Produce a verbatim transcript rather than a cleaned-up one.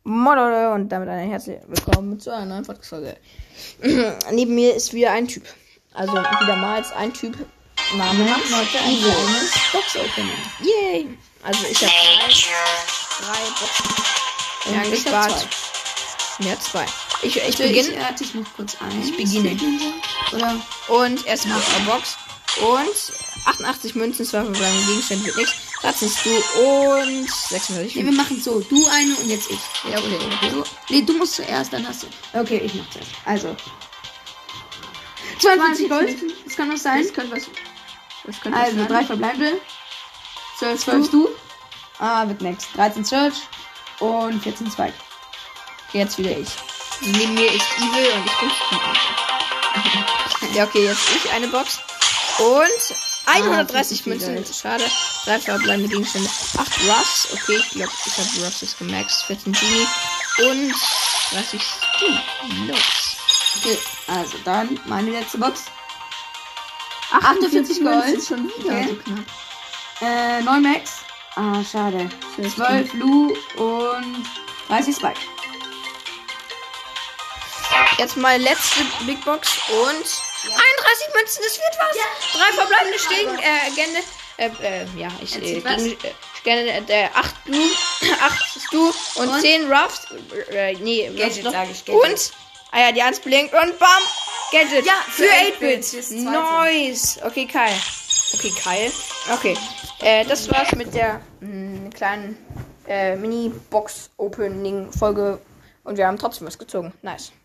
Moin Leute und damit ein herzlich willkommen zu einer neuen Podcast-Folge. Neben mir ist wieder ein Typ. Also wiedermals ein Typ namens Evil. Box-Opening. Yay! Also ich habe drei, drei Boxen. Ja, ich habe zwei. Ja, zwei. Ich, ich also beginne. Ich, ich noch kurz ein. Ich beginne. Oder? Und erstmal eine Box. Und achtundachtzig Münzen, zwei verbleibende Gegenstände wird nichts. dreizehn du und sechsundvierzig. Nee, wir machen so. Du eine und jetzt ich. Ja, okay. okay. So. Nee, du musst zuerst, dann hast du. Okay, ich mach zuerst. Also. zweiundvierzig Gold. Das kann was sein. Das könnte was. Das könnte also, was drei verbleibende. zwölf, zwölf du. Ah, wird nix. dreizehn Search. Und vierzehn Spike. Jetzt wieder ich. Also neben mir ist Evil und ich bin Ja, okay, jetzt ich eine Box. Und hundertdreißig ah, Münzen. Schade. drei verbleibende Gegenstände. acht Ruffs. Okay, ich glaube, ich habe Ruffs jetzt gemaxt. vierzehn Genie. Und dreißig Stu. Los. Okay, also dann meine letzte Box. achtundvierzig Gold. Schon wieder okay. so knapp. Äh, neun Max. Ah, schade. zwölf Lu und dreißig Spike. Jetzt meine letzte Big Box und ja. einunddreißig Münzen, das wird was. Ja. Drei verbleibende Stegen, äh, Gände. Äh, äh, ja, ich, äh, gegen, äh, gerne, äh, acht Blue, acht Stu und, und zehn Ruffs. Äh, nee, Gadget, noch. Sag ich, Gadget. Und, ah ja, die eins blinkt und bam, Gadget. Ja, für acht Bit. Nice. Okay, Kai. Okay, Kai. Okay, äh, das war's mit der mh, kleinen, äh, Mini-Box-Opening-Folge und wir haben trotzdem was gezogen. Nice.